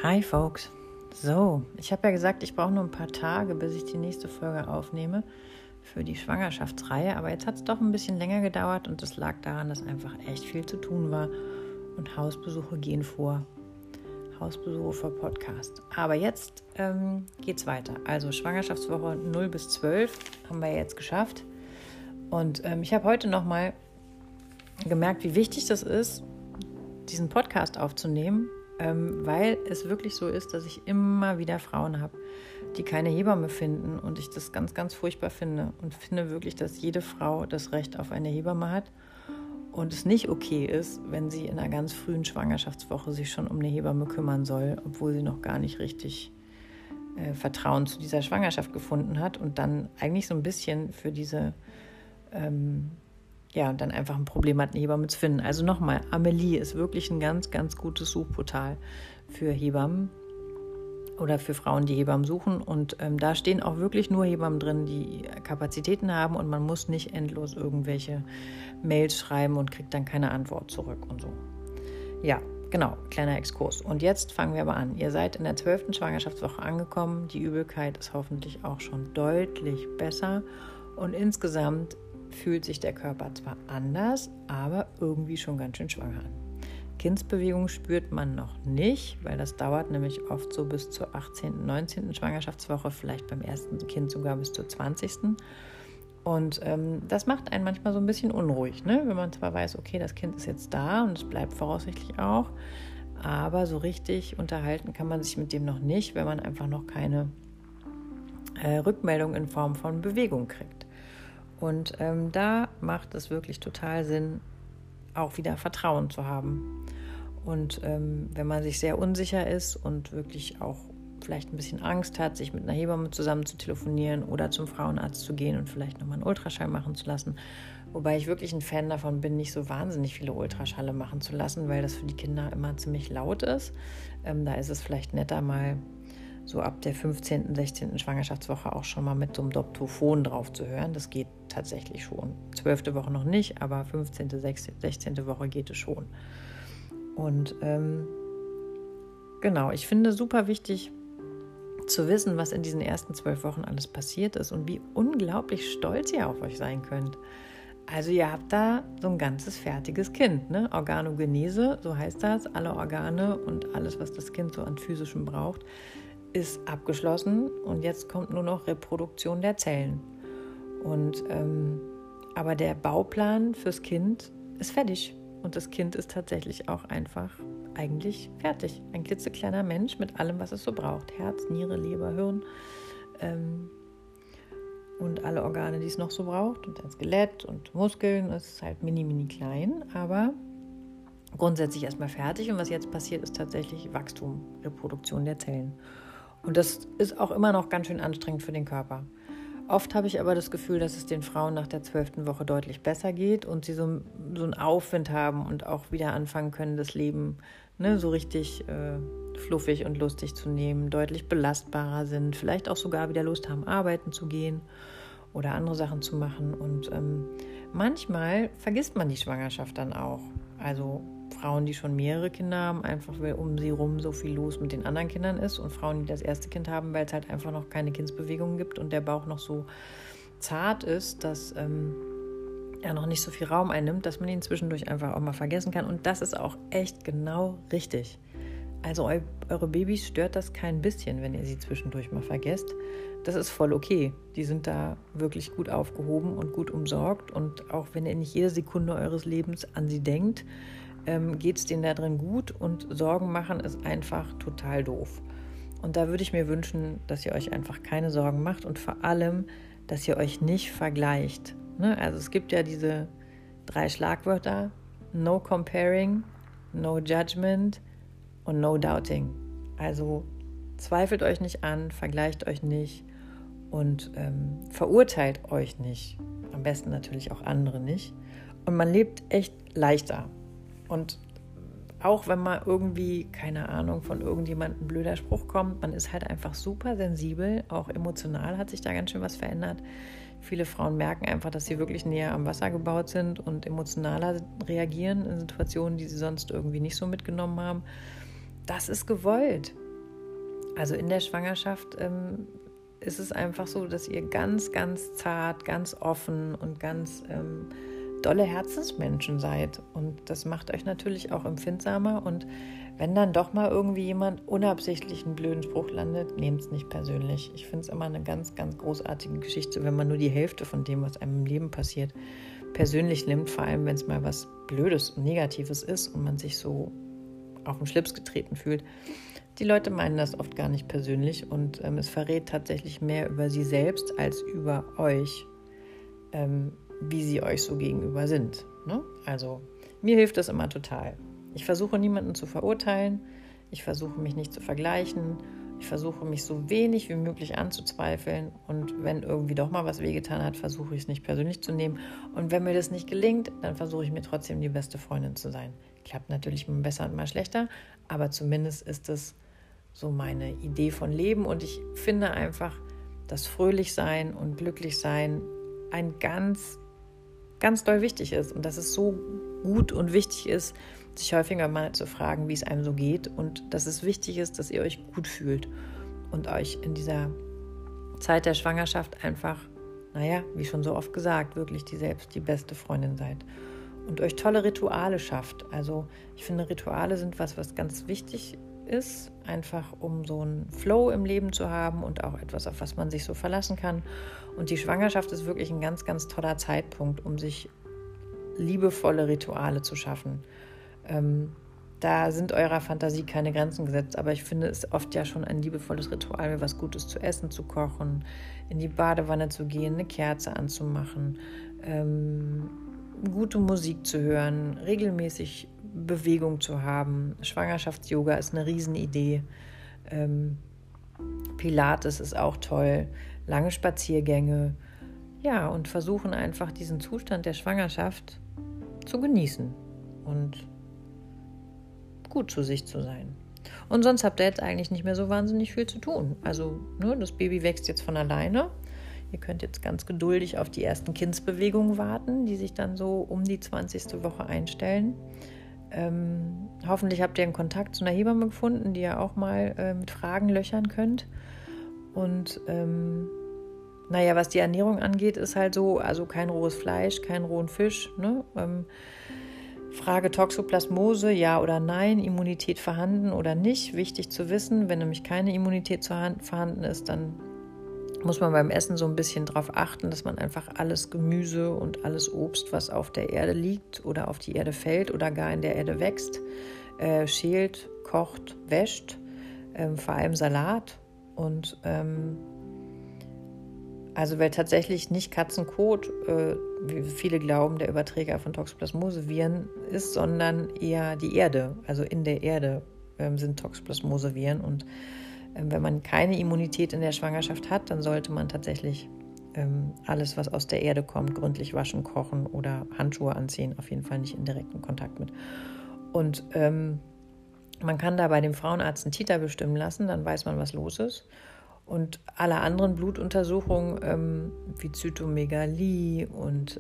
Hi Folks. So, ich habe ja gesagt, ich brauche nur ein paar Tage, bis ich die nächste Folge aufnehme für die Schwangerschaftsreihe. Aber jetzt hat es doch ein bisschen länger gedauert und es lag daran, dass einfach echt viel zu tun war. Und Hausbesuche gehen vor. Hausbesuche vor Podcast. Aber jetzt geht's weiter. Also Schwangerschaftswoche 0 bis 12 haben wir jetzt geschafft. Und ich habe heute nochmal gemerkt, wie wichtig das ist, diesen Podcast aufzunehmen, weil es wirklich so ist, dass ich immer wieder Frauen habe, die keine Hebamme finden und ich das ganz, ganz furchtbar finde und finde wirklich, dass jede Frau das Recht auf eine Hebamme hat und es nicht okay ist, wenn sie in einer ganz frühen Schwangerschaftswoche sich schon um eine Hebamme kümmern soll, obwohl sie noch gar nicht richtig Vertrauen zu dieser Schwangerschaft gefunden hat und dann eigentlich so ein bisschen für diese und dann einfach ein Problem hat, eine Hebamme zu finden. Also nochmal, Amelie ist wirklich ein ganz, ganz gutes Suchportal für Hebammen oder für Frauen, die Hebammen suchen. Und da stehen auch wirklich nur Hebammen drin, die Kapazitäten haben und man muss nicht endlos irgendwelche Mails schreiben und kriegt dann keine Antwort zurück und so. Ja, genau, kleiner Exkurs. Und jetzt fangen wir aber an. Ihr seid in der 12. Schwangerschaftswoche angekommen. Die Übelkeit ist hoffentlich auch schon deutlich besser und insgesamt fühlt sich der Körper zwar anders, aber irgendwie schon ganz schön schwanger an. Kindsbewegung spürt man noch nicht, weil das dauert nämlich oft so bis zur 18., 19. Schwangerschaftswoche, vielleicht beim ersten Kind sogar bis zur 20. Und das macht einen manchmal so ein bisschen unruhig, ne? Wenn man zwar weiß, okay, das Kind ist jetzt da und es bleibt voraussichtlich auch, aber so richtig unterhalten kann man sich mit dem noch nicht, wenn man einfach noch keine Rückmeldung in Form von Bewegung kriegt. Und da macht es wirklich total Sinn, auch wieder Vertrauen zu haben. Und wenn man sich sehr unsicher ist und wirklich auch vielleicht ein bisschen Angst hat, sich mit einer Hebamme zusammen zu telefonieren oder zum Frauenarzt zu gehen und vielleicht nochmal einen Ultraschall machen zu lassen. Wobei ich wirklich ein Fan davon bin, nicht so wahnsinnig viele Ultraschalle machen zu lassen, weil das für die Kinder immer ziemlich laut ist. Da ist es vielleicht netter, mal so ab der 15., 16. Schwangerschaftswoche auch schon mal mit so einem Doptophon drauf zu hören. Das geht tatsächlich schon. 12. Woche noch nicht, aber 15., 16. Woche geht es schon. Und genau, ich finde super wichtig zu wissen, was in diesen ersten 12 Wochen alles passiert ist und wie unglaublich stolz ihr auf euch sein könnt. Also ihr habt da so ein ganzes fertiges Kind, ne? Organogenese, so heißt das. Alle Organe und alles, was das Kind so an Physischem braucht, ist abgeschlossen und jetzt kommt nur noch Reproduktion der Zellen. Und aber der Bauplan fürs Kind ist fertig und das Kind ist tatsächlich auch einfach eigentlich fertig. Ein klitzekleiner Mensch mit allem, was es so braucht. Herz, Niere, Leber, Hirn und alle Organe, die es noch so braucht und ein Skelett und Muskeln. Es ist halt mini klein, aber grundsätzlich erstmal fertig. Und was jetzt passiert, ist tatsächlich Wachstum, Reproduktion der Zellen. Und das ist auch immer noch ganz schön anstrengend für den Körper. Oft habe ich aber das Gefühl, dass es den Frauen nach der 12. Woche deutlich besser geht und sie so einen Aufwind haben und auch wieder anfangen können, das Leben so richtig fluffig und lustig zu nehmen, deutlich belastbarer sind, vielleicht auch sogar wieder Lust haben, arbeiten zu gehen oder andere Sachen zu machen. Und manchmal vergisst man die Schwangerschaft dann auch. Also Frauen, die schon mehrere Kinder haben, einfach weil um sie rum so viel los mit den anderen Kindern ist und Frauen, die das erste Kind haben, weil es halt einfach noch keine Kindsbewegungen gibt und der Bauch noch so zart ist, dass er noch nicht so viel Raum einnimmt, dass man ihn zwischendurch einfach auch mal vergessen kann. Und das ist auch echt genau richtig. Also eure Babys stört das kein bisschen, wenn ihr sie zwischendurch mal vergesst. Das ist voll okay. Die sind da wirklich gut aufgehoben und gut umsorgt. Und auch wenn ihr nicht jede Sekunde eures Lebens an sie denkt, geht es denen da drin gut und Sorgen machen ist einfach total doof. Und da würde ich mir wünschen, dass ihr euch einfach keine Sorgen macht und vor allem, dass ihr euch nicht vergleicht. Ne? Also es gibt ja diese 3 Schlagwörter: No comparing, no judgment und no doubting. Also zweifelt euch nicht an, vergleicht euch nicht und verurteilt euch nicht. Am besten natürlich auch andere nicht. Und man lebt echt leichter. Und auch wenn mal irgendwie, keine Ahnung, von irgendjemandem ein blöder Spruch kommt, man ist halt einfach super sensibel, auch emotional hat sich da ganz schön was verändert. Viele Frauen merken einfach, dass sie wirklich näher am Wasser gebaut sind und emotionaler reagieren in Situationen, die sie sonst irgendwie nicht so mitgenommen haben. Das ist gewollt. Also in der Schwangerschaft ist es einfach so, dass ihr ganz, ganz zart, ganz offen und ganz dolle Herzensmenschen seid. Und das macht euch natürlich auch empfindsamer. Und wenn dann doch mal irgendwie jemand unabsichtlich einen blöden Spruch landet, nehmt es nicht persönlich. Ich finde es immer eine ganz, ganz großartige Geschichte, wenn man nur die Hälfte von dem, was einem im Leben passiert, persönlich nimmt. Vor allem, wenn es mal was Blödes und Negatives ist und man sich so auf den Schlips getreten fühlt. Die Leute meinen das oft gar nicht persönlich und es verrät tatsächlich mehr über sie selbst als über euch, wie sie euch so gegenüber sind. Ne? Also mir hilft das immer total. Ich versuche niemanden zu verurteilen, ich versuche mich nicht zu vergleichen, ich versuche mich so wenig wie möglich anzuzweifeln und wenn irgendwie doch mal was wehgetan hat, versuche ich es nicht persönlich zu nehmen und wenn mir das nicht gelingt, dann versuche ich mir trotzdem die beste Freundin zu sein. Klappt natürlich mal besser und mal schlechter, aber zumindest ist es so meine Idee von Leben und ich finde einfach, dass Fröhlichsein und Glücklichsein ein ganz, ganz doll wichtig ist und dass es so gut und wichtig ist, sich häufiger mal zu fragen, wie es einem so geht und dass es wichtig ist, dass ihr euch gut fühlt und euch in dieser Zeit der Schwangerschaft einfach, wie schon so oft gesagt, wirklich die beste Freundin seid und euch tolle Rituale schafft. Also ich finde, Rituale sind was ganz wichtig ist, einfach um so einen Flow im Leben zu haben und auch etwas, auf was man sich so verlassen kann. Und die Schwangerschaft ist wirklich ein ganz, ganz toller Zeitpunkt, um sich liebevolle Rituale zu schaffen. Da sind eurer Fantasie keine Grenzen gesetzt, aber ich finde es oft ja schon ein liebevolles Ritual, mir was Gutes zu essen zu kochen, in die Badewanne zu gehen, eine Kerze anzumachen, gute Musik zu hören, regelmäßig Bewegung zu haben. Schwangerschafts-Yoga ist eine Riesenidee. Pilates ist auch toll. Lange Spaziergänge. Ja, und versuchen einfach diesen Zustand der Schwangerschaft zu genießen und gut zu sich zu sein. Und sonst habt ihr jetzt eigentlich nicht mehr so wahnsinnig viel zu tun. Also das Baby wächst jetzt von alleine. Ihr könnt jetzt ganz geduldig auf die ersten Kindsbewegungen warten, die sich dann so um die 20. Woche einstellen. Hoffentlich habt ihr einen Kontakt zu einer Hebamme gefunden, die ihr auch mal mit Fragen löchern könnt. Und was die Ernährung angeht, ist halt so, also kein rohes Fleisch, keinen rohen Fisch. Ne? Frage Toxoplasmose, ja oder nein, Immunität vorhanden oder nicht. Wichtig zu wissen, wenn nämlich keine Immunität vorhanden ist, dann muss man beim Essen so ein bisschen darauf achten, dass man einfach alles Gemüse und alles Obst, was auf der Erde liegt oder auf die Erde fällt oder gar in der Erde wächst, schält, kocht, wäscht, vor allem Salat. Und weil tatsächlich nicht Katzenkot, wie viele glauben, der Überträger von Toxoplasmose-Viren ist, sondern eher die Erde. Also in der Erde sind Toxoplasmose-Viren und wenn man keine Immunität in der Schwangerschaft hat, dann sollte man tatsächlich alles, was aus der Erde kommt, gründlich waschen, kochen oder Handschuhe anziehen. Auf jeden Fall nicht in direkten Kontakt mit. Und man kann da bei dem Frauenarzt einen Titer bestimmen lassen, dann weiß man, was los ist. Und alle anderen Blutuntersuchungen wie Zytomegalie und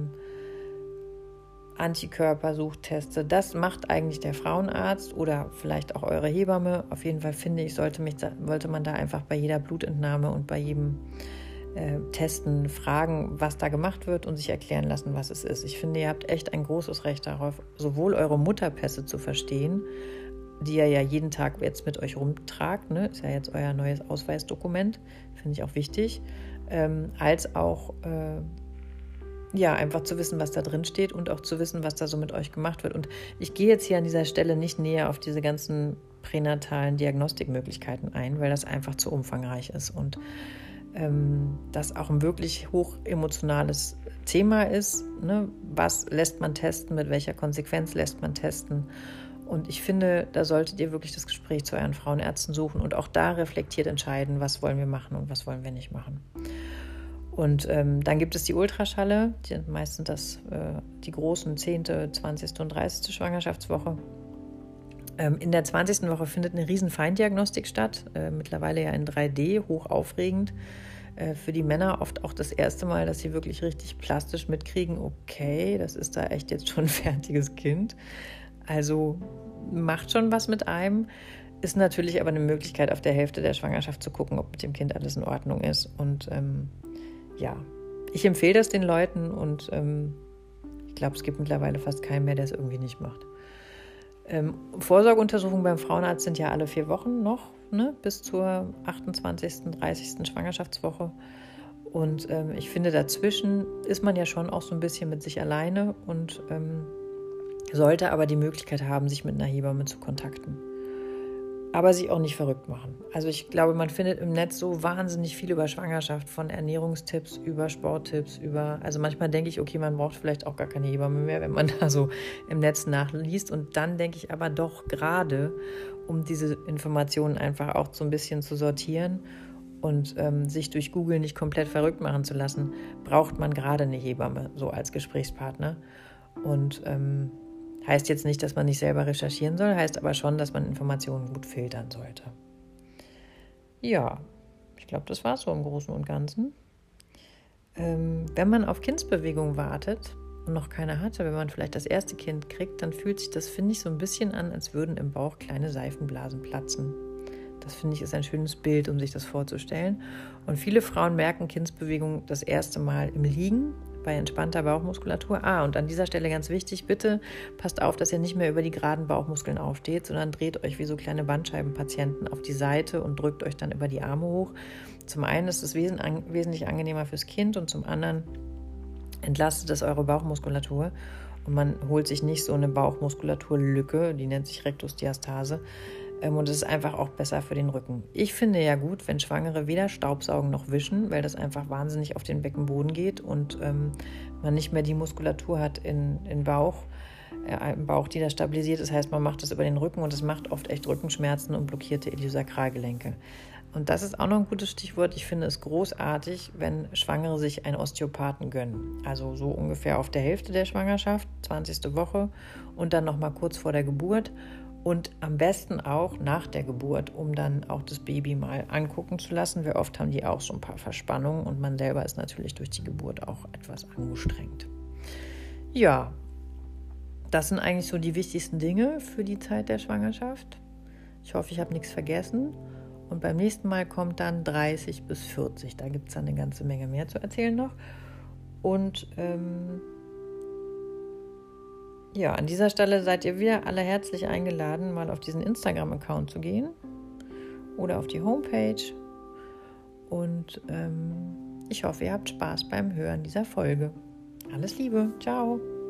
Antikörpersuchteste, das macht eigentlich der Frauenarzt oder vielleicht auch eure Hebamme. Auf jeden Fall finde ich, sollte man da einfach bei jeder Blutentnahme und bei jedem Testen fragen, was da gemacht wird und sich erklären lassen, was es ist. Ich finde, ihr habt echt ein großes Recht darauf, sowohl eure Mutterpässe zu verstehen, die ihr ja jeden Tag jetzt mit euch rumtragt, ne? Ist ja jetzt euer neues Ausweisdokument, finde ich auch wichtig, als auch einfach zu wissen, was da drin steht und auch zu wissen, was da so mit euch gemacht wird. Und ich gehe jetzt hier an dieser Stelle nicht näher auf diese ganzen pränatalen Diagnostikmöglichkeiten ein, weil das einfach zu umfangreich ist und das auch ein wirklich hoch emotionales Thema ist. Ne? Was lässt man testen, mit welcher Konsequenz lässt man testen? Und ich finde, da solltet ihr wirklich das Gespräch zu euren Frauenärzten suchen und auch da reflektiert entscheiden, was wollen wir machen und was wollen wir nicht machen. Und dann gibt es die Ultraschalle, meist sind das die großen 10., 20. und 30. Schwangerschaftswoche. In der 20. Woche findet eine riesen Feindiagnostik statt, mittlerweile ja in 3D, hoch aufregend. Für die Männer oft auch das erste Mal, dass sie wirklich richtig plastisch mitkriegen, okay, das ist da echt jetzt schon ein fertiges Kind. Also macht schon was mit einem. ist natürlich aber eine Möglichkeit, auf der Hälfte der Schwangerschaft zu gucken, ob mit dem Kind alles in Ordnung ist. Und ja, ich empfehle das den Leuten und ich glaube, es gibt mittlerweile fast keinen mehr, der es irgendwie nicht macht. Vorsorgeuntersuchungen beim Frauenarzt sind ja alle 4 Wochen noch, ne, bis zur 28., 30. Schwangerschaftswoche. Und ich finde, dazwischen ist man ja schon auch so ein bisschen mit sich alleine und sollte aber die Möglichkeit haben, sich mit einer Hebamme zu kontakten. Aber sich auch nicht verrückt machen. Also ich glaube, man findet im Netz so wahnsinnig viel über Schwangerschaft, von Ernährungstipps, über Sporttipps, also manchmal denke ich, okay, man braucht vielleicht auch gar keine Hebamme mehr, wenn man da so im Netz nachliest. Und dann denke ich aber doch gerade, um diese Informationen einfach auch so ein bisschen zu sortieren und sich durch Google nicht komplett verrückt machen zu lassen, braucht man gerade eine Hebamme, so als Gesprächspartner. Und heißt jetzt nicht, dass man nicht selber recherchieren soll, heißt aber schon, dass man Informationen gut filtern sollte. Ja, ich glaube, das war es so im Großen und Ganzen. Wenn man auf Kindsbewegung wartet und noch keine hatte, wenn man vielleicht das erste Kind kriegt, dann fühlt sich das, finde ich, so ein bisschen an, als würden im Bauch kleine Seifenblasen platzen. Das, finde ich, ist ein schönes Bild, um sich das vorzustellen. Und viele Frauen merken Kindsbewegung das erste Mal im Liegen, bei entspannter Bauchmuskulatur. Und an dieser Stelle ganz wichtig, bitte passt auf, dass ihr nicht mehr über die geraden Bauchmuskeln aufsteht, sondern dreht euch wie so kleine Bandscheibenpatienten auf die Seite und drückt euch dann über die Arme hoch. Zum einen ist es wesentlich angenehmer fürs Kind und zum anderen entlastet es eure Bauchmuskulatur und man holt sich nicht so eine Bauchmuskulaturlücke, die nennt sich Rektusdiastase, und es ist einfach auch besser für den Rücken. Ich finde ja gut, wenn Schwangere weder staubsaugen noch wischen, weil das einfach wahnsinnig auf den Beckenboden geht und man nicht mehr die Muskulatur hat im Bauch, die das stabilisiert. Das heißt, man macht das über den Rücken und es macht oft echt Rückenschmerzen und blockierte Iliosakralgelenke. Und das ist auch noch ein gutes Stichwort. Ich finde es großartig, wenn Schwangere sich einen Osteopathen gönnen. Also so ungefähr auf der Hälfte der Schwangerschaft, 20. Woche und dann nochmal kurz vor der Geburt. Und am besten auch nach der Geburt, um dann auch das Baby mal angucken zu lassen, weil oft haben die auch so ein paar Verspannungen und man selber ist natürlich durch die Geburt auch etwas angestrengt. Ja, das sind eigentlich so die wichtigsten Dinge für die Zeit der Schwangerschaft. Ich hoffe, ich habe nichts vergessen. Und beim nächsten Mal kommt dann 30 bis 40. Da gibt es dann eine ganze Menge mehr zu erzählen noch. Und ja, an dieser Stelle seid ihr wieder alle herzlich eingeladen, mal auf diesen Instagram-Account zu gehen oder auf die Homepage. Und ich hoffe, ihr habt Spaß beim Hören dieser Folge. Alles Liebe, ciao!